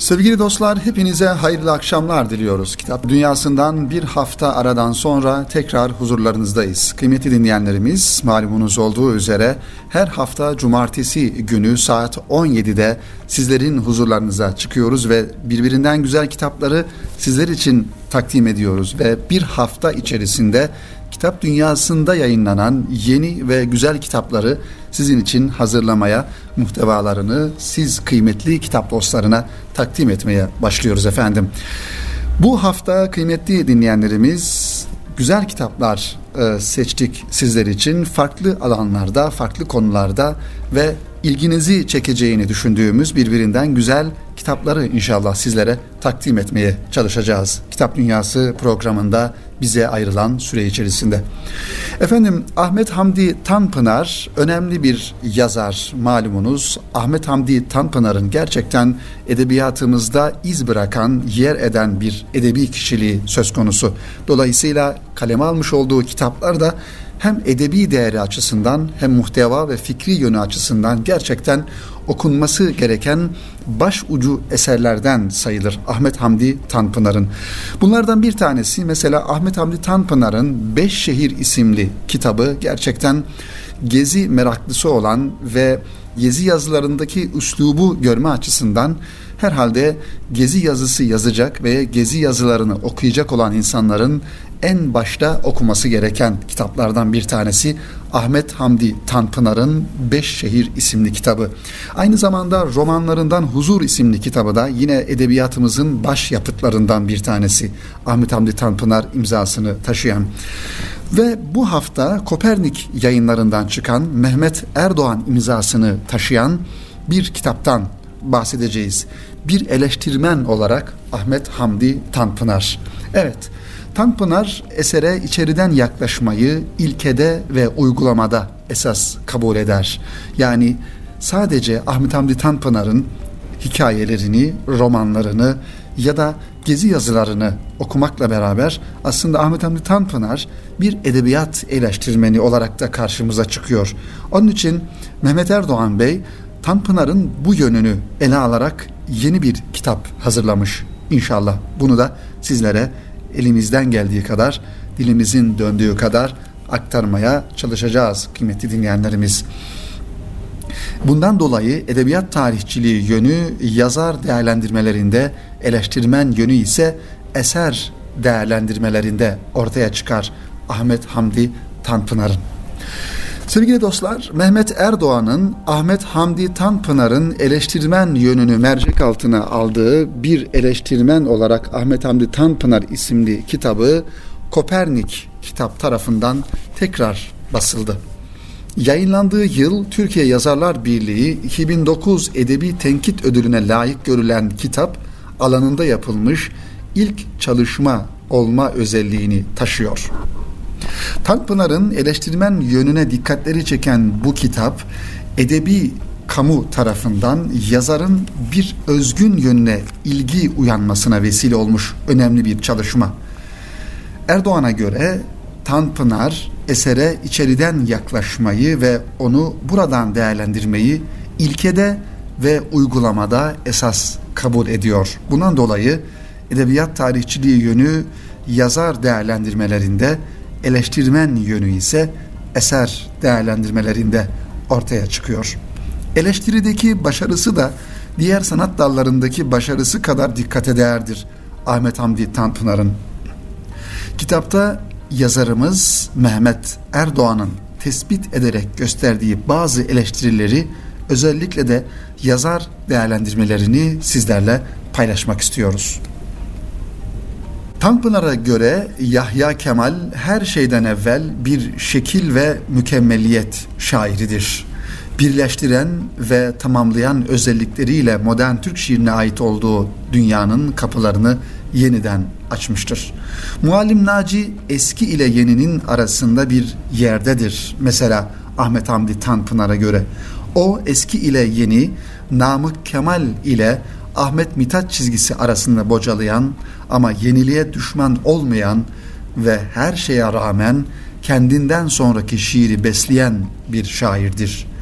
Sevgili dostlar, hepinize hayırlı akşamlar diliyoruz. Kitap Dünyası'ndan bir hafta aradan sonra tekrar huzurlarınızdayız. Kıymetli dinleyenlerimiz, malumunuz olduğu üzere her hafta cumartesi günü saat 17'de sizlerin huzurlarınıza çıkıyoruz ve birbirinden güzel kitapları sizler için takdim ediyoruz. Ve bir hafta içerisinde Kitap Dünyası'nda yayınlanan yeni ve güzel kitapları sizin için hazırlamaya, muhtevalarını siz kıymetli kitap dostlarına takdim etmeye başlıyoruz efendim. Bu hafta kıymetli dinleyenlerimiz güzel kitaplar seçtik sizler için. Farklı alanlarda, farklı konularda ve ilginizi çekeceğini düşündüğümüz birbirinden güzel kitapları inşallah sizlere takdim etmeye çalışacağız. Kitap Dünyası programında bize ayrılan süre içerisinde. Efendim, Ahmet Hamdi Tanpınar önemli bir yazar malumunuz. Ahmet Hamdi Tanpınar'ın gerçekten edebiyatımızda iz bırakan, yer eden bir edebi kişiliği söz konusu. Dolayısıyla kaleme almış olduğu kitaplar da hem edebi değeri açısından hem muhteva ve fikri yönü açısından gerçekten okunması gereken başucu eserlerden sayılır Ahmet Hamdi Tanpınar'ın. Bunlardan bir tanesi mesela Ahmet Hamdi Tanpınar'ın Beş Şehir isimli kitabı, gerçekten gezi meraklısı olan ve gezi yazılarındaki üslubu görme açısından herhalde gezi yazısı yazacak ve gezi yazılarını okuyacak olan insanların en başta okuması gereken kitaplardan bir tanesi Ahmet Hamdi Tanpınar'ın Beş Şehir isimli kitabı. Aynı zamanda romanlarından Huzur isimli kitabı da yine edebiyatımızın başyapıtlarından bir tanesi. Ahmet Hamdi Tanpınar imzasını taşıyan. Ve bu hafta Kopernik yayınlarından çıkan Mehmet Erdoğan imzasını taşıyan bir kitaptan bahsedeceğiz. Bir eleştirmen olarak Ahmet Hamdi Tanpınar. Evet, Tanpınar esere içeriden yaklaşmayı ilkede ve uygulamada esas kabul eder. Yani sadece Ahmet Hamdi Tanpınar'ın hikayelerini, romanlarını ya da gezi yazılarını okumakla beraber aslında Ahmet Hamdi Tanpınar bir edebiyat eleştirmeni olarak da karşımıza çıkıyor. Onun için Mehmet Erdoğan Bey Tanpınar'ın bu yönünü ele alarak yeni bir kitap hazırlamış. İnşallah bunu da sizlere elimizden geldiği kadar, dilimizin döndüğü kadar aktarmaya çalışacağız kıymetli dinleyenlerimiz. Bundan dolayı edebiyat tarihçiliği yönü yazar değerlendirmelerinde, eleştirmen yönü ise eser değerlendirmelerinde ortaya çıkar Ahmet Hamdi Tanpınar'ın. Sevgili dostlar, Mehmet Erdoğan'ın Ahmet Hamdi Tanpınar'ın eleştirmen yönünü mercek altına aldığı bir eleştirmen olarak Ahmet Hamdi Tanpınar isimli kitabı Kopernik kitap tarafından tekrar basıldı. Yayınlandığı yıl Türkiye Yazarlar Birliği 2009 Edebi Tenkit Ödülü'ne layık görülen kitap alanında yapılmış ilk çalışma olma özelliğini taşıyor. Tanpınar'ın eleştirmen yönüne dikkatleri çeken bu kitap, edebi kamu tarafından yazarın bir özgün yönüne ilgi uyanmasına vesile olmuş önemli bir çalışma. Erdoğan'a göre Tanpınar esere içeriden yaklaşmayı ve onu buradan değerlendirmeyi ilkede ve uygulamada esas kabul ediyor. Bundan dolayı edebiyat tarihçiliği yönü yazar değerlendirmelerinde, eleştirmen yönü ise eser değerlendirmelerinde ortaya çıkıyor. Eleştirideki başarısı da diğer sanat dallarındaki başarısı kadar dikkate değerdir Ahmet Hamdi Tanpınar'ın. Kitapta yazarımız Mehmet Erdoğan'ın tespit ederek gösterdiği bazı eleştirileri, özellikle de yazar değerlendirmelerini sizlerle paylaşmak istiyoruz. Tanpınar'a göre Yahya Kemal her şeyden evvel bir şekil ve mükemmeliyet şairidir. Birleştiren ve tamamlayan özellikleriyle modern Türk şiirine ait olduğu dünyanın kapılarını yeniden açmıştır. Muallim Naci eski ile yeninin arasında bir yerdedir. Mesela Ahmet Hamdi Tanpınar'a göre o eski ile yeni, Namık Kemal ile Ahmet Mithat çizgisi arasında bocalayan ama yeniliğe düşman olmayan ve her şeye rağmen kendinden sonraki şiiri besleyen bir şairdir.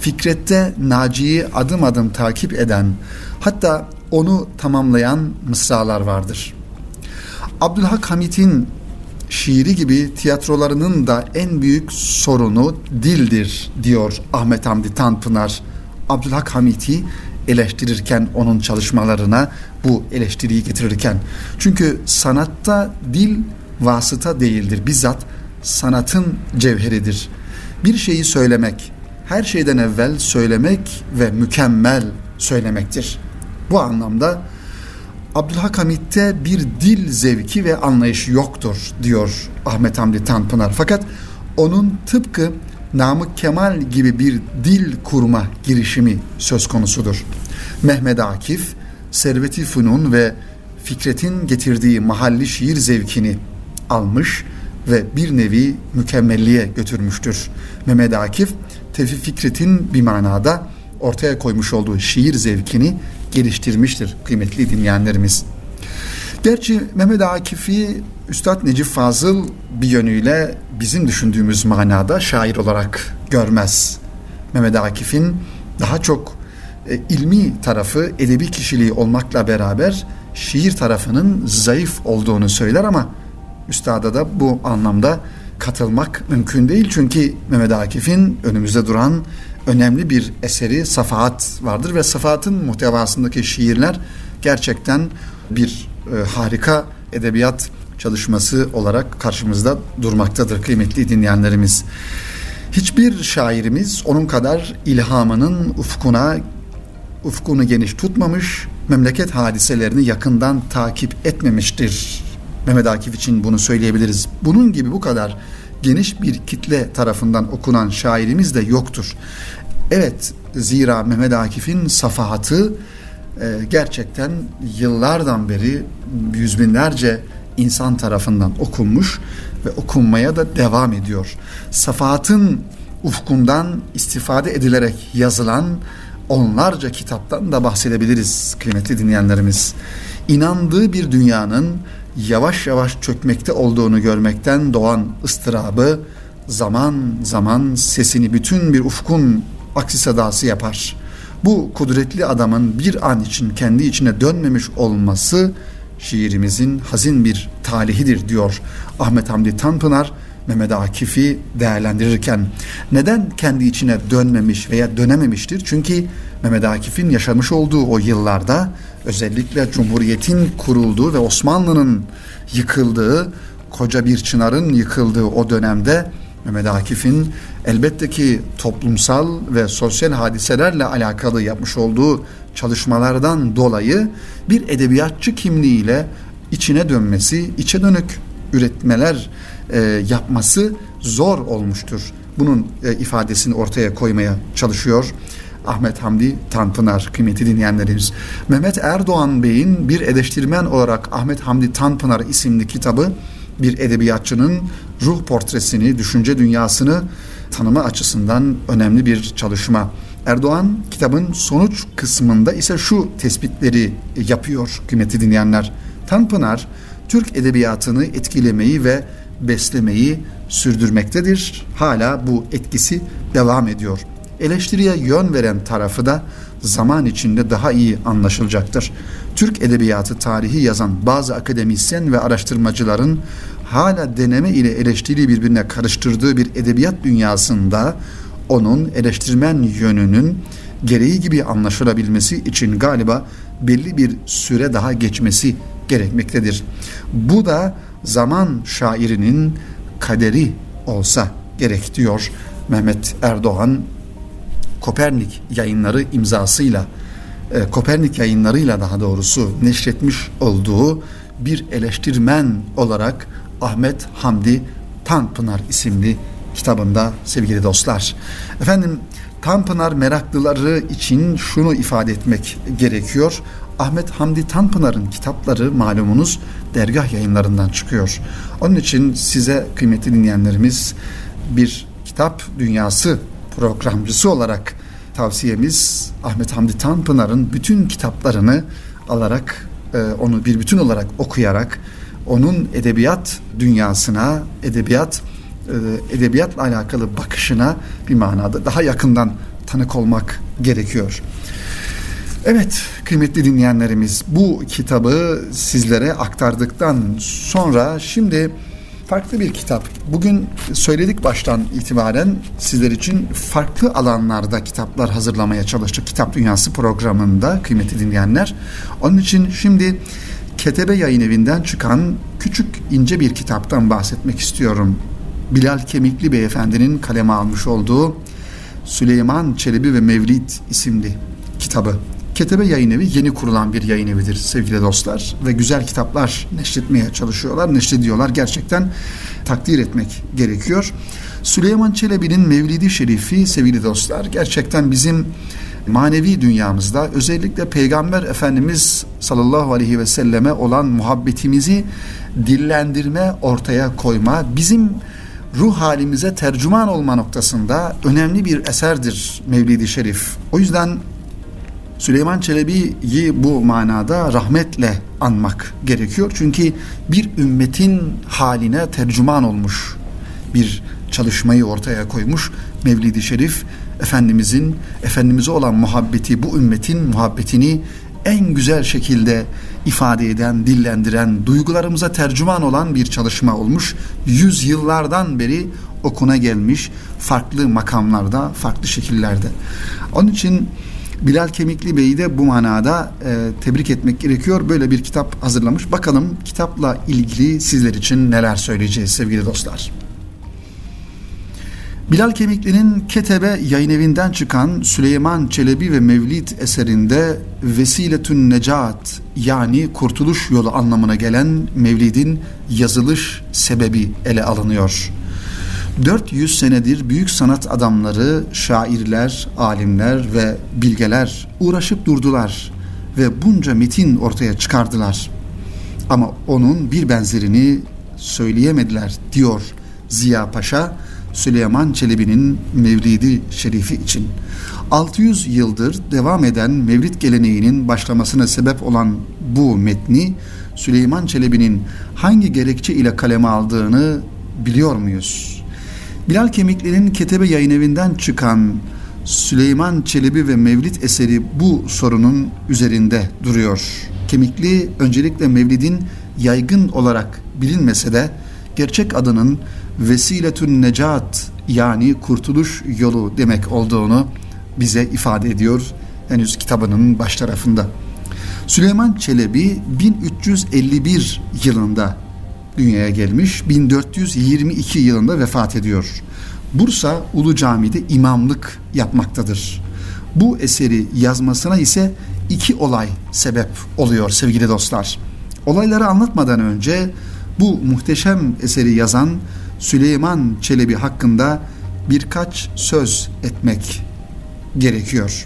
Fikret'te Naci'yi adım adım takip eden, hatta onu tamamlayan mısralar vardır. Abdülhak Hamit'in şiiri gibi tiyatrolarının da en büyük sorunu dildir diyor Ahmet Hamdi Tanpınar. Abdülhak Hamit'i eleştirirken, onun çalışmalarına bu eleştiriyi getirirken. Çünkü sanatta dil vasıta değildir. Bizzat sanatın cevheridir. Bir şeyi söylemek, her şeyden evvel söylemek ve mükemmel söylemektir. Bu anlamda Abdülhak Hamit'te bir dil zevki ve anlayışı yoktur diyor Ahmet Hamdi Tanpınar. Fakat onun tıpkı Namık Kemal gibi bir dil kurma girişimi söz konusudur. Mehmet Akif, Servet-i Fünun ve Fikret'in getirdiği mahalli şiir zevkini almış ve bir nevi mükemmelliğe götürmüştür. Mehmet Akif, Tevfik Fikret'in bir manada ortaya koymuş olduğu şiir zevkini geliştirmiştir kıymetli dinleyenlerimiz. Gerçi Mehmet Akif'i Üstad Necip Fazıl bir yönüyle bizim düşündüğümüz manada şair olarak görmez. Mehmet Akif'in daha çok ilmi tarafı, edebi kişiliği olmakla beraber şiir tarafının zayıf olduğunu söyler ama Üstad'a da bu anlamda katılmak mümkün değil. Çünkü Mehmet Akif'in önümüzde duran önemli bir eseri Safahat vardır ve Safahat'ın muhtevasındaki şiirler gerçekten bir harika edebiyat çalışması olarak karşımızda durmaktadır kıymetli dinleyenlerimiz. Hiçbir şairimiz onun kadar ilhamının ufkunu geniş tutmamış, memleket hadiselerini yakından takip etmemiştir. Mehmet Akif için bunu söyleyebiliriz. Bunun gibi bu kadar geniş bir kitle tarafından okunan şairimiz de yoktur. Evet, zira Mehmet Akif'in Safahatı gerçekten yıllardan beri yüz binlerce insan tarafından okunmuş ve okunmaya da devam ediyor. Safahat'ın ufkundan istifade edilerek yazılan onlarca kitaptan da bahsedebiliriz kıymetli dinleyenlerimiz. İnandığı bir dünyanın yavaş yavaş çökmekte olduğunu görmekten doğan ıstırabı zaman zaman sesini bütün bir ufkun aksi sedası yapar. Bu kudretli adamın bir an için kendi içine dönmemiş olması şiirimizin hazin bir talihidir diyor Ahmet Hamdi Tanpınar Mehmet Akif'i değerlendirirken. Neden kendi içine dönmemiş veya dönememiştir? Çünkü Mehmet Akif'in yaşamış olduğu o yıllarda özellikle Cumhuriyet'in kurulduğu ve Osmanlı'nın yıkıldığı, koca bir çınarın yıkıldığı o dönemde Mehmet Akif'in elbette ki toplumsal ve sosyal hadiselerle alakalı yapmış olduğu çalışmalardan dolayı bir edebiyatçı kimliğiyle içine dönmesi, içe dönük üretmeler yapması zor olmuştur. Bunun ifadesini ortaya koymaya çalışıyor Ahmet Hamdi Tanpınar kıymetli dinleyenlerimiz. Mehmet Erdoğan Bey'in bir eleştirmen olarak Ahmet Hamdi Tanpınar isimli kitabı bir edebiyatçının ruh portresini, düşünce dünyasını tanıma açısından önemli bir çalışma. Erdoğan kitabın sonuç kısmında ise şu tespitleri yapıyor kıymetli dinleyenler. Tanpınar Türk edebiyatını etkilemeyi ve beslemeyi sürdürmektedir. Hala bu etkisi devam ediyor. Eleştiriye yön veren tarafı da zaman içinde daha iyi anlaşılacaktır. Türk edebiyatı tarihi yazan bazı akademisyen ve araştırmacıların hala deneme ile eleştiriyi birbirine karıştırdığı bir edebiyat dünyasında onun eleştirmen yönünün gereği gibi anlaşılabilmesi için galiba belli bir süre daha geçmesi gerekmektedir. Bu da zaman şairinin kaderi olsa gerek diyor Mehmet Erdoğan. Kopernik yayınları imzasıyla, Kopernik yayınlarıyla daha doğrusu neşretmiş olduğu bir eleştirmen olarak Ahmet Hamdi Tanpınar isimli kitabında sevgili dostlar. Efendim, Tanpınar meraklıları için şunu ifade etmek gerekiyor. Ahmet Hamdi Tanpınar'ın kitapları malumunuz dergah yayınlarından çıkıyor. Onun için size kıymetli dinleyenlerimiz bir kitap dünyası programcısı olarak tavsiyemiz Ahmet Hamdi Tanpınar'ın bütün kitaplarını alarak onu bir bütün olarak okuyarak onun edebiyat dünyasına, edebiyatla alakalı bakışına bir manada daha yakından tanık olmak gerekiyor. Evet kıymetli dinleyenlerimiz, bu kitabı sizlere aktardıktan sonra şimdi farklı bir kitap. Bugün söyledik baştan itibaren sizler için farklı alanlarda kitaplar hazırlamaya çalıştık. Kitap Dünyası programında kıymetli dinleyenler. Onun için şimdi Ketebe Yayınevi'nden çıkan küçük ince bir kitaptan bahsetmek istiyorum. Bilal Kemikli Beyefendi'nin kaleme almış olduğu Süleyman Çelebi ve Mevlid isimli kitabı. Ketebe Yayınevi yeni kurulan bir yayın evidir sevgili dostlar ve güzel kitaplar neşretmeye çalışıyorlar, neşrediyorlar. Gerçekten takdir etmek gerekiyor. Süleyman Çelebi'nin Mevlid-i Şerifi sevgili dostlar gerçekten bizim manevi dünyamızda özellikle Peygamber Efendimiz sallallahu aleyhi ve selleme olan muhabbetimizi dillendirme, ortaya koyma, bizim ruh halimize tercüman olma noktasında önemli bir eserdir Mevlid-i Şerif. O yüzden Süleyman Çelebi'yi bu manada rahmetle anmak gerekiyor. Çünkü bir ümmetin haline tercüman olmuş bir çalışmayı ortaya koymuş. Mevlid-i Şerif Efendimiz'e olan muhabbeti, bu ümmetin muhabbetini en güzel şekilde ifade eden, dillendiren, duygularımıza tercüman olan bir çalışma olmuş. Yüzyıllardan beri okuna gelmiş, farklı makamlarda, farklı şekillerde. Onun için Bilal Kemikli Bey'i de bu manada tebrik etmek gerekiyor. Böyle bir kitap hazırlamış. Bakalım kitapla ilgili sizler için neler söyleyeceğiz sevgili dostlar. Bilal Kemikli'nin Ketebe Yayınevi'nden çıkan Süleyman Çelebi ve Mevlid eserinde Vesiletün Necat yani kurtuluş yolu anlamına gelen Mevlid'in yazılış sebebi ele alınıyor. 400 senedir büyük sanat adamları, şairler, alimler ve bilgeler uğraşıp durdular ve bunca metin ortaya çıkardılar. Ama onun bir benzerini söyleyemediler diyor Ziya Paşa, Süleyman Çelebi'nin Mevlid-i Şerifi için. 600 yıldır devam eden Mevlid geleneğinin başlamasına sebep olan bu metni Süleyman Çelebi'nin hangi gerekçe ile kaleme aldığını biliyor muyuz? Bilal Kemikli'nin Ketebe Yayınevi'nden çıkan Süleyman Çelebi ve Mevlid eseri bu sorunun üzerinde duruyor. Kemikli öncelikle Mevlid'in yaygın olarak bilinmese de gerçek adının Vesiletün Necat yani kurtuluş yolu demek olduğunu bize ifade ediyor henüz kitabının baş tarafında. Süleyman Çelebi 1351 yılında dünyaya gelmiş, 1422 yılında vefat ediyor. Bursa Ulu Cami'de imamlık yapmaktadır. Bu eseri yazmasına ise 2 olay sebep oluyor sevgili dostlar. Olayları anlatmadan önce bu muhteşem eseri yazan Süleyman Çelebi hakkında birkaç söz etmek gerekiyor.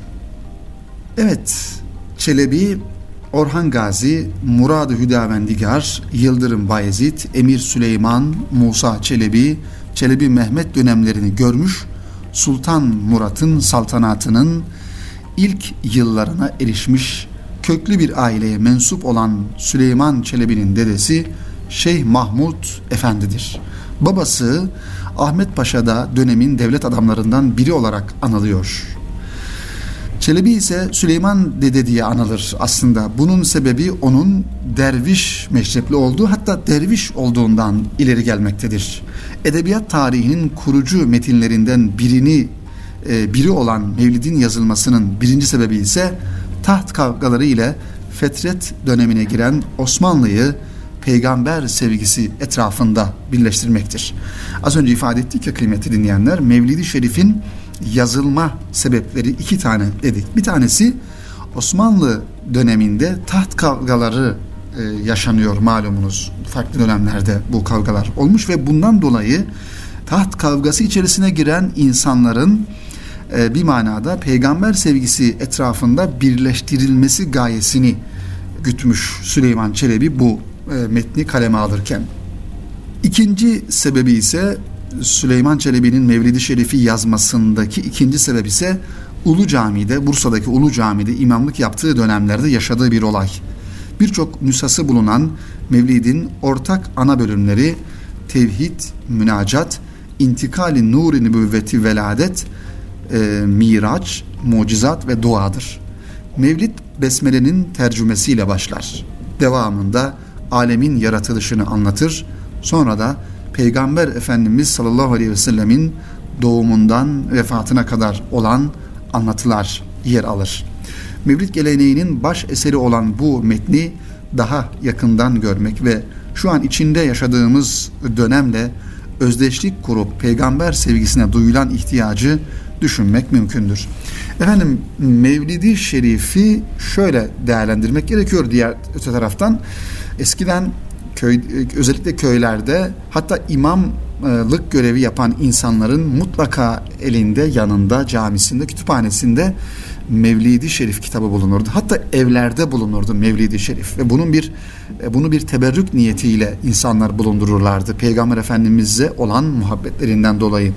Evet, Çelebi, Orhan Gazi, Murad-ı Hüdavendigar, Yıldırım Bayezid, Emir Süleyman, Musa Çelebi, Çelebi Mehmet dönemlerini görmüş, Sultan Murat'ın saltanatının ilk yıllarına erişmiş, köklü bir aileye mensup olan Süleyman Çelebi'nin dedesi Şeyh Mahmud Efendi'dir. Babası Ahmet Paşa da dönemin devlet adamlarından biri olarak anılıyor. Çelebi ise Süleyman Dede diye anılır aslında. Bunun sebebi onun derviş meşrepli olduğu, hatta derviş olduğundan ileri gelmektedir. Edebiyat tarihinin kurucu metinlerinden biri olan Mevlid'in yazılmasının birinci sebebi ise taht kavgaları ile fetret dönemine giren Osmanlı'yı peygamber sevgisi etrafında birleştirmektir. Az önce ifade ettik ya kıymetli dinleyenler, Mevlid-i Şerif'in yazılma sebepleri 2 tane dedik. Bir tanesi Osmanlı döneminde taht kavgaları yaşanıyor malumunuz. Farklı dönemlerde bu kavgalar olmuş ve bundan dolayı taht kavgası içerisine giren insanların bir manada peygamber sevgisi etrafında birleştirilmesi gayesini gütmüş Süleyman Çelebi bu metni kaleme alırken. İkinci sebebi ise Süleyman Çelebi'nin Mevlid-i Şerif'i yazmasındaki ikinci sebep ise Ulu Cami'de, Bursa'daki Ulu Cami'de imamlık yaptığı dönemlerde yaşadığı bir olay. Birçok nüshası bulunan Mevlid'in ortak ana bölümleri tevhid, münacat, intikali nur-i nübüvveti veladet Miraç, mucizat ve duadır. Mevlid Besmele'nin tercümesiyle başlar. Devamında alemin yaratılışını anlatır. Sonra da Peygamber Efendimiz sallallahu aleyhi ve sellemin doğumundan vefatına kadar olan anlatılar yer alır. Mevlid geleneğinin baş eseri olan bu metni daha yakından görmek ve şu an içinde yaşadığımız dönemle özdeşlik kurup peygamber sevgisine duyulan ihtiyacı düşünmek mümkündür. Efendim, Mevlid-i Şerif'i şöyle değerlendirmek gerekiyor diğer öte taraftan. Eskiden özellikle köylerde hatta imamlık görevi yapan insanların mutlaka elinde, yanında, camisinde, kütüphanesinde Mevlid-i Şerif kitabı bulunurdu. Hatta evlerde bulunurdu Mevlid-i Şerif ve bunu bir teberrük niyetiyle insanlar bulundururlardı. Peygamber Efendimiz'e olan muhabbetlerinden dolayı.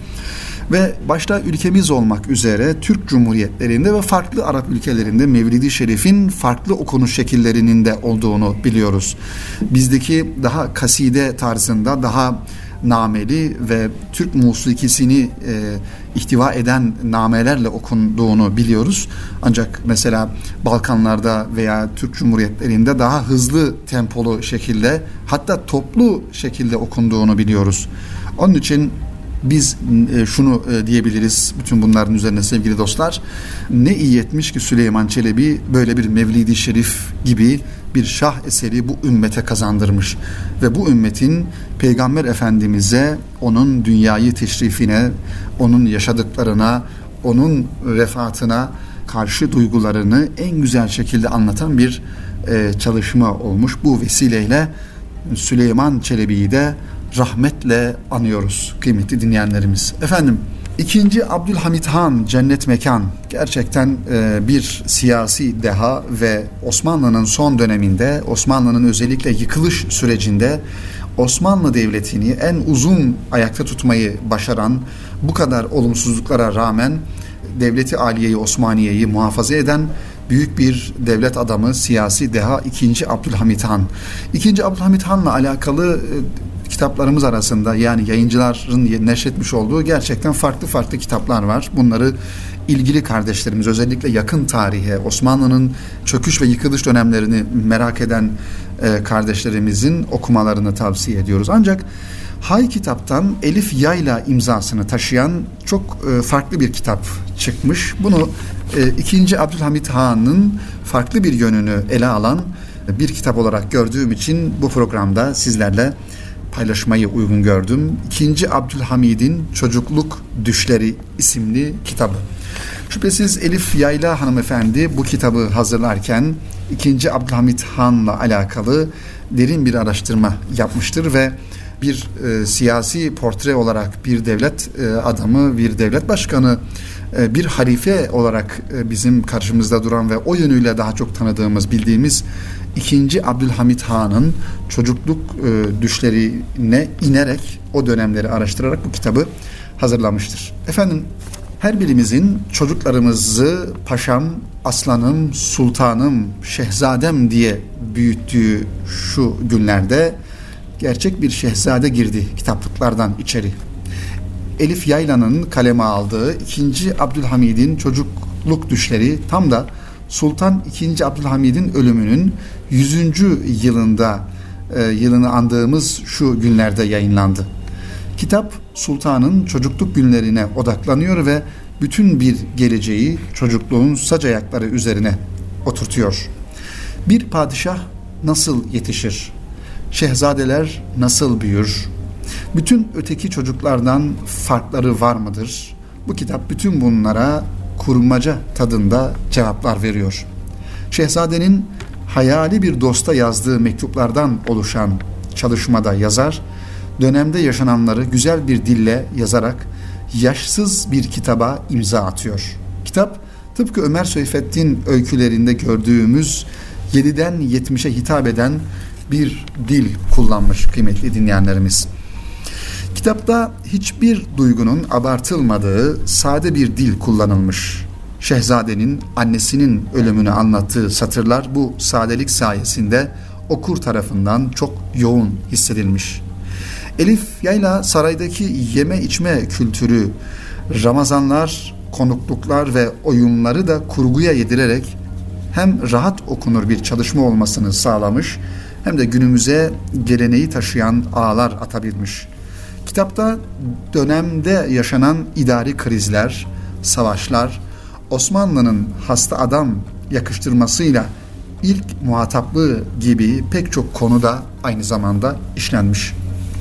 Ve başta ülkemiz olmak üzere Türk Cumhuriyetlerinde ve farklı Arap ülkelerinde Mevlid-i Şerif'in farklı okunuş şekillerinin de olduğunu biliyoruz. Bizdeki daha kaside tarzında, daha nameli ve Türk musikisini ihtiva eden namelerle okunduğunu biliyoruz. Ancak mesela Balkanlarda veya Türk Cumhuriyetlerinde daha hızlı tempolu şekilde, hatta toplu şekilde okunduğunu biliyoruz. Onun için biz şunu diyebiliriz bütün bunların üzerine sevgili dostlar. Ne iyi etmiş ki Süleyman Çelebi böyle bir Mevlid-i Şerif gibi bir şah eseri bu ümmete kazandırmış. Ve bu ümmetin Peygamber Efendimiz'e, onun dünyayı teşrifine, onun yaşadıklarına, onun vefatına karşı duygularını en güzel şekilde anlatan bir çalışma olmuş. Bu vesileyle Süleyman Çelebi'yi de rahmetle anıyoruz kıymetli dinleyenlerimiz. Efendim, 2. Abdülhamit Han cennet mekan gerçekten bir siyasi deha ve Osmanlı'nın son döneminde, Osmanlı'nın özellikle yıkılış sürecinde Osmanlı Devleti'ni en uzun ayakta tutmayı başaran, bu kadar olumsuzluklara rağmen Devleti Aliye-i Osmaniye'yi muhafaza eden büyük bir devlet adamı, siyasi deha 2. Abdülhamit Han. 2. Abdülhamit Han'la alakalı kitaplarımız arasında, yani yayıncıların neşretmiş olduğu gerçekten farklı kitaplar var. Bunları ilgili kardeşlerimiz, özellikle yakın tarihe, Osmanlı'nın çöküş ve yıkılış dönemlerini merak eden kardeşlerimizin okumalarını tavsiye ediyoruz. Ancak Hay kitaptan Elif Yayla imzasını taşıyan çok farklı bir kitap çıkmış. Bunu 2. Abdülhamit Han'ın farklı bir yönünü ele alan bir kitap olarak gördüğüm için bu programda sizlerle paylaşmayı uygun gördüm. 2. Abdülhamid'in Çocukluk Düşleri isimli kitabı. Şüphesiz Elif Yayla hanımefendi bu kitabı hazırlarken 2. Abdülhamit Han'la alakalı derin bir araştırma yapmıştır ve bir siyasi portre olarak bir devlet adamı, bir devlet başkanı, bir halife olarak bizim karşımızda duran ve o yönüyle daha çok tanıdığımız, bildiğimiz 2. Abdülhamit Han'ın çocukluk düşlerine inerek o dönemleri araştırarak bu kitabı hazırlamıştır. Efendim, her birimizin çocuklarımızı paşam, aslanım, sultanım, şehzadem diye büyüttüğü şu günlerde gerçek bir şehzade girdi kitaplıklardan içeri. Elif Yayla'nın kaleme aldığı 2. Abdülhamid'in çocukluk düşleri tam da Sultan II. Abdülhamid'in ölümünün 100. yılını andığımız şu günlerde yayınlandı. Kitap sultanın çocukluk günlerine odaklanıyor ve bütün bir geleceği çocukluğun sac ayakları üzerine oturtuyor. Bir padişah nasıl yetişir? Şehzadeler nasıl büyür? Bütün öteki çocuklardan farkları var mıdır? Bu kitap bütün bunlara kurmaca tadında cevaplar veriyor. Şehzadenin hayali bir dosta yazdığı mektuplardan oluşan çalışmada yazar, dönemde yaşananları güzel bir dille yazarak yaşsız bir kitaba imza atıyor. Kitap tıpkı Ömer Seyfettin öykülerinde gördüğümüz 7'den 70'e hitap eden bir dil kullanmış kıymetli dinleyenlerimiz. Kitapta hiçbir duygunun abartılmadığı sade bir dil kullanılmış. Şehzadenin annesinin ölümünü anlattığı satırlar bu sadelik sayesinde okur tarafından çok yoğun hissedilmiş. Elif Yayla saraydaki yeme içme kültürü, Ramazanlar, konukluklar ve oyunları da kurguya yedirerek hem rahat okunur bir çalışma olmasını sağlamış hem de günümüze geleneği taşıyan ağlar atabilmiş. Kitapta dönemde yaşanan idari krizler, savaşlar, Osmanlı'nın hasta adam yakıştırmasıyla ilk muhataplığı gibi pek çok konuda aynı zamanda işlenmiş.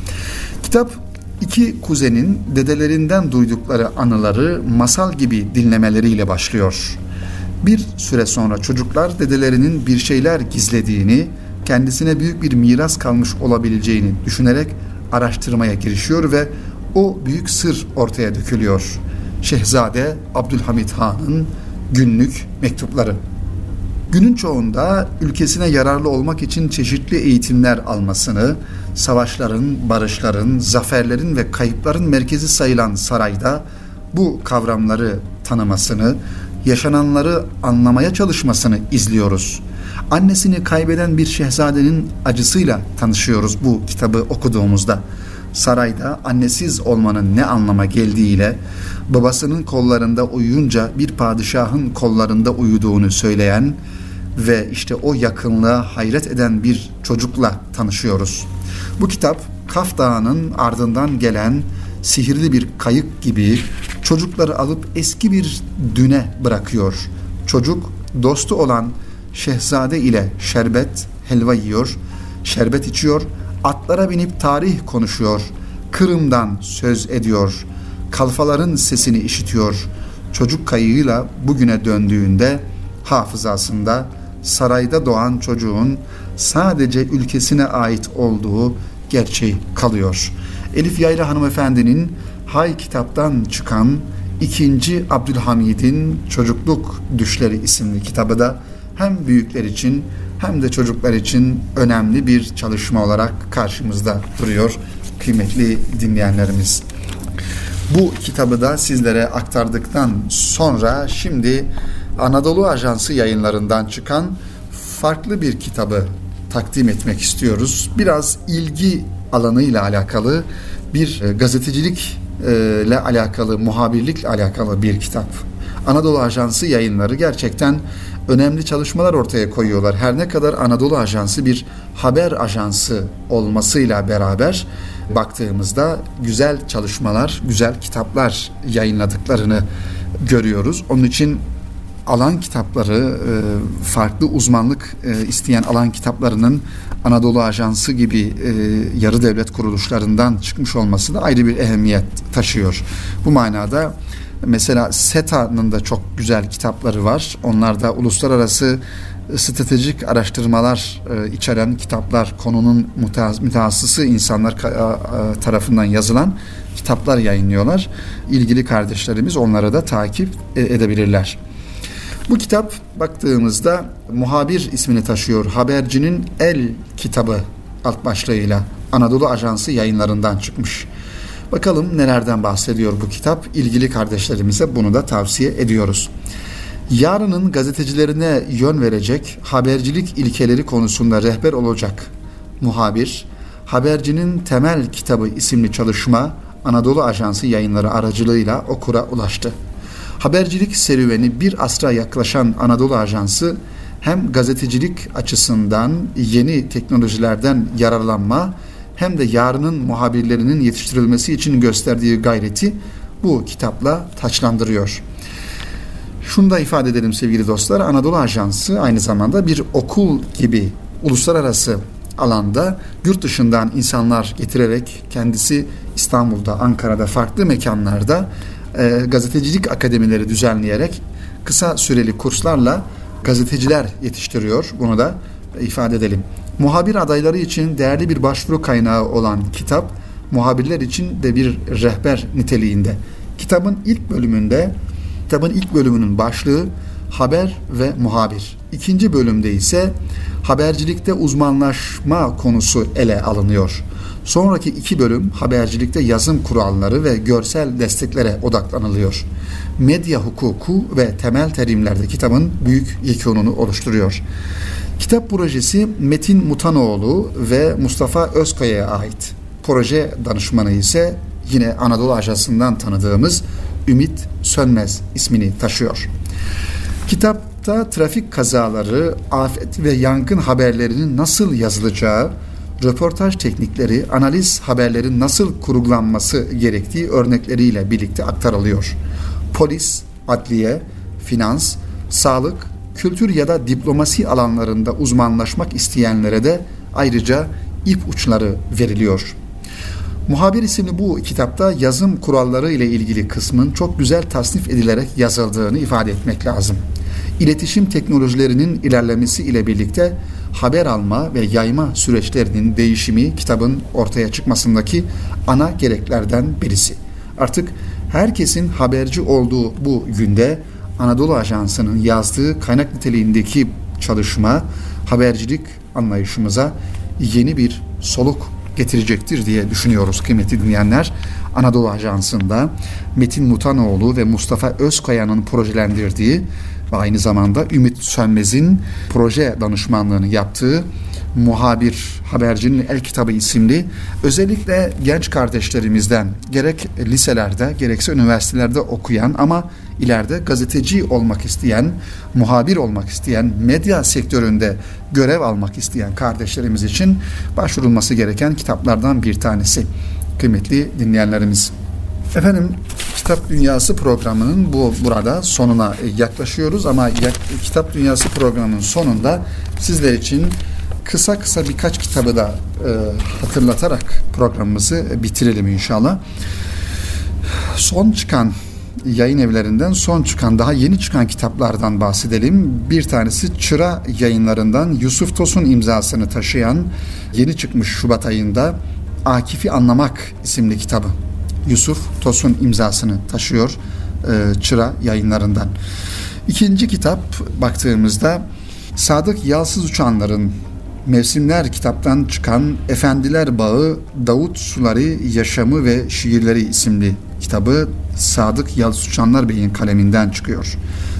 Kitap iki kuzenin dedelerinden duydukları anıları masal gibi dinlemeleriyle başlıyor. Bir süre sonra çocuklar dedelerinin bir şeyler gizlediğini, kendisine büyük bir miras kalmış olabileceğini düşünerek araştırmaya girişiyor ve o büyük sır ortaya dökülüyor. Şehzade Abdülhamit Han'ın günlük mektupları. Günün çoğunda ülkesine yararlı olmak için çeşitli eğitimler almasını, savaşların, barışların, zaferlerin ve kayıpların merkezi sayılan sarayda bu kavramları tanımasını, yaşananları anlamaya çalışmasını izliyoruz. Annesini kaybeden bir şehzadenin acısıyla tanışıyoruz bu kitabı okuduğumuzda. Sarayda annesiz olmanın ne anlama geldiğiyle, babasının kollarında uyuyunca bir padişahın kollarında uyuduğunu söyleyen ve işte o yakınlığa hayret eden bir çocukla tanışıyoruz. Bu kitap Kaf Dağı'nın ardından gelen sihirli bir kayık gibi çocukları alıp eski bir düne bırakıyor. Çocuk dostu olan şehzade ile şerbet, helva yiyor, şerbet içiyor, atlara binip tarih konuşuyor, Kırım'dan söz ediyor, kalfaların sesini işitiyor. Çocuk kayığıyla bugüne döndüğünde hafızasında sarayda doğan çocuğun sadece ülkesine ait olduğu gerçeği kalıyor. Elif Yayla hanımefendinin Hay kitaptan çıkan 2. Abdülhamid'in Çocukluk Düşleri isimli kitabı da hem büyükler için hem de çocuklar için önemli bir çalışma olarak karşımızda duruyor kıymetli dinleyenlerimiz. Bu kitabı da sizlere aktardıktan sonra şimdi Anadolu Ajansı yayınlarından çıkan farklı bir kitabı takdim etmek istiyoruz. Biraz ilgi alanıyla alakalı bir gazetecilikle alakalı, muhabirlikle alakalı bir kitap. Anadolu Ajansı yayınları gerçekten önemli çalışmalar ortaya koyuyorlar. Her ne kadar Anadolu Ajansı bir haber ajansı olmasıyla beraber baktığımızda güzel çalışmalar, güzel kitaplar yayınladıklarını görüyoruz. Onun için alan kitapları, farklı uzmanlık isteyen alan kitaplarının Anadolu Ajansı gibi yarı devlet kuruluşlarından çıkmış olması da ayrı bir ehemmiyet taşıyor. Bu manada mesela SETA'nın da çok güzel kitapları var. Onlar da uluslararası stratejik araştırmalar içeren kitaplar, konunun mütehassısı insanlar tarafından yazılan kitaplar yayınlıyorlar. İlgili kardeşlerimiz onları da takip edebilirler. Bu kitap baktığımızda Muhabir ismini taşıyor. Habercinin El kitabı alt başlığıyla Anadolu Ajansı yayınlarından çıkmış. Bakalım nelerden bahsediyor bu kitap? İlgili kardeşlerimize bunu da tavsiye ediyoruz. Yarının gazetecilerine yön verecek habercilik ilkeleri konusunda rehber olacak muhabir, Habercinin Temel Kitabı isimli çalışma Anadolu Ajansı yayınları aracılığıyla okura ulaştı. Habercilik serüveni bir asra yaklaşan Anadolu Ajansı hem gazetecilik açısından yeni teknolojilerden yararlanma hem de yarının muhabirlerinin yetiştirilmesi için gösterdiği gayreti bu kitapla taçlandırıyor. Şunu da ifade edelim sevgili dostlar, Anadolu Ajansı aynı zamanda bir okul gibi uluslararası alanda yurt dışından insanlar getirerek kendisi İstanbul'da, Ankara'da, farklı mekanlarda gazetecilik akademileri düzenleyerek kısa süreli kurslarla gazeteciler yetiştiriyor. Bunu da ifade edelim. Muhabir adayları için değerli bir başvuru kaynağı olan kitap, muhabirler için de bir rehber niteliğinde. Kitabın ilk bölümünün başlığı haber ve muhabir. İkinci bölümde ise habercilikte uzmanlaşma konusu ele alınıyor. Sonraki 2 bölüm habercilikte yazım kuralları ve görsel desteklere odaklanılıyor. Medya hukuku ve temel terimlerde kitabın büyük yekûnunu oluşturuyor. Kitap projesi Metin Mutanoğlu ve Mustafa Özkaya'ya ait. Proje danışmanı ise yine Anadolu Ajansı'ndan tanıdığımız Ümit Sönmez ismini taşıyor. Kitapta trafik kazaları, afet ve yangın haberlerinin nasıl yazılacağı, röportaj teknikleri, analiz haberlerin nasıl kurgulanması gerektiği örnekleriyle birlikte aktarılıyor. Polis, adliye, finans, sağlık, kültür ya da diplomasi alanlarında uzmanlaşmak isteyenlere de ayrıca ipuçları veriliyor. Muhabir isimli bu kitapta yazım kuralları ile ilgili kısmın çok güzel tasnif edilerek yazıldığını ifade etmek lazım. İletişim teknolojilerinin ilerlemesi ile birlikte haber alma ve yayma süreçlerinin değişimi kitabın ortaya çıkmasındaki ana gereklerden birisi. Artık herkesin haberci olduğu bu günde Anadolu Ajansı'nın yazdığı kaynak niteliğindeki çalışma habercilik anlayışımıza yeni bir soluk getirecektir diye düşünüyoruz kıymetli dinleyenler. Anadolu Ajansı'nda Metin Mutanoğlu ve Mustafa Özkaya'nın projelendirdiği ve aynı zamanda Ümit Sönmez'in proje danışmanlığını yaptığı Muhabir Habercinin El Kitabı isimli özellikle genç kardeşlerimizden gerek liselerde gerekse üniversitelerde okuyan ama ileride gazeteci olmak isteyen, muhabir olmak isteyen, medya sektöründe görev almak isteyen kardeşlerimiz için başvurulması gereken kitaplardan bir tanesi. Kıymetli dinleyenlerimiz. Efendim, Kitap Dünyası programının burada sonuna yaklaşıyoruz ama Kitap Dünyası programının sonunda sizler için kısa birkaç kitabı da hatırlatarak programımızı bitirelim inşallah. Son çıkan yayın evlerinden daha yeni çıkan kitaplardan bahsedelim. Bir tanesi Çıra Yayınlarından Yusuf Tosun imzasını taşıyan yeni çıkmış Şubat ayında Akif'i Anlamak isimli kitabı. Yusuf Tosun imzasını taşıyor Çıra Yayınlarından. İkinci kitap baktığımızda Sadık Yalsız Uçanlar'ın Mevsimler kitaptan çıkan Efendiler Bağı Davut Suları Yaşamı ve Şiirleri isimli kitabı Sadık Yalsız Uçanlar Bey'in kaleminden çıkıyor.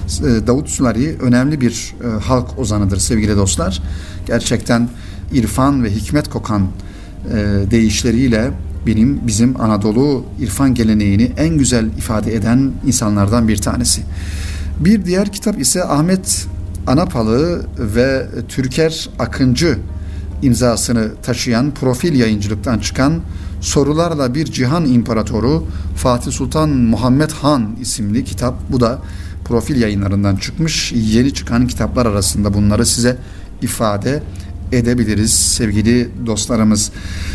Davut Suları önemli bir halk ozanıdır sevgili dostlar. Gerçekten irfan ve hikmet kokan deyişleriyle bizim Anadolu irfan geleneğini en güzel ifade eden insanlardan bir tanesi. Bir diğer kitap ise Ahmet Anapalı ve Türker Akıncı imzasını taşıyan Profil Yayıncılık'tan çıkan Sorularla Bir Cihan İmparatoru Fatih Sultan Muhammed Han isimli kitap. Bu da Profil Yayınlarından çıkmış. Yeni çıkan kitaplar arasında bunları size ifade edebiliriz sevgili dostlarımız.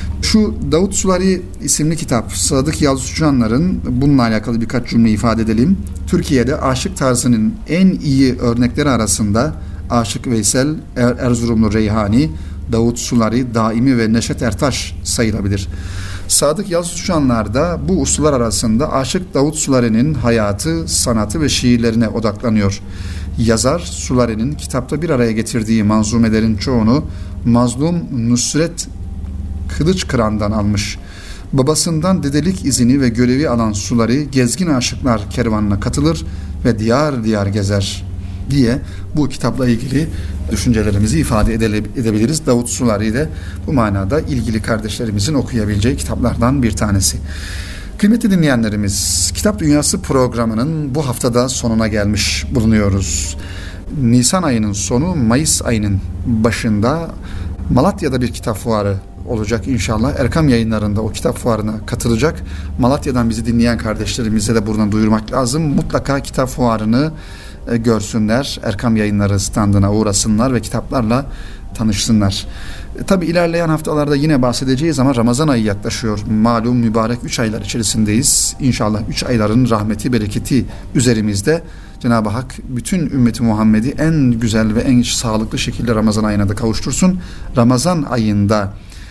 Şu Davut Suları isimli kitap, Sadık Yalçın Uçanlar'ın bununla alakalı birkaç cümle ifade edelim. Türkiye'de aşık tarzının en iyi örnekleri arasında Aşık Veysel, Erzurumlu Reyhani, Davut Suları, Daimi ve Neşet Ertaş sayılabilir. Sadık Yalçın Uçanlar da bu ustalar arasında Aşık Davut Suları'nın hayatı, sanatı ve şiirlerine odaklanıyor. Yazar Suları'nın kitapta bir araya getirdiği manzumelerin çoğunu Mazlum Nusret Kılıçkıran'dan almış. Babasından dedelik izini ve görevi alan Suları gezgin aşıklar kervanına katılır ve diyar diyar gezer diye bu kitapla ilgili düşüncelerimizi ifade edebiliriz. Davut Suları ile bu manada ilgili kardeşlerimizin okuyabileceği kitaplardan bir tanesi. Kıymetli dinleyenlerimiz, Kitap Dünyası programının bu haftada sonuna gelmiş bulunuyoruz. Nisan ayının sonu, Mayıs ayının başında Malatya'da bir kitap fuarı olacak inşallah. Erkam Yayınları'nda o kitap fuarına katılacak. Malatya'dan bizi dinleyen kardeşlerimize de buradan duyurmak lazım. Mutlaka kitap fuarını görsünler. Erkam Yayınları standına uğrasınlar ve kitaplarla tanışsınlar. Tabi ilerleyen haftalarda yine bahsedeceğiz ama Ramazan ayı yaklaşıyor. Malum mübarek 3 aylar içerisindeyiz. İnşallah 3 ayların rahmeti, bereketi üzerimizde. Cenab-ı Hak bütün ümmeti Muhammed'i en güzel ve en sağlıklı şekilde Ramazan ayına da kavuştursun. Ramazan ayında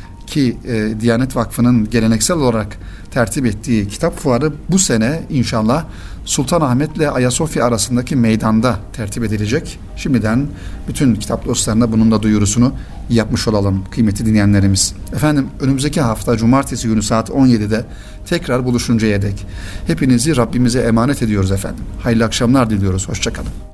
ki Diyanet Vakfı'nın geleneksel olarak tertip ettiği kitap fuarı bu sene inşallah Sultanahmet ile Ayasofya arasındaki meydanda tertip edilecek. Şimdiden bütün kitap dostlarına bunun da duyurusunu yapmış olalım kıymetli dinleyenlerimiz. Efendim önümüzdeki hafta Cumartesi günü saat 17'de tekrar buluşuncaya dek hepinizi Rabbimize emanet ediyoruz efendim. Hayırlı akşamlar diliyoruz. Hoşça kalın.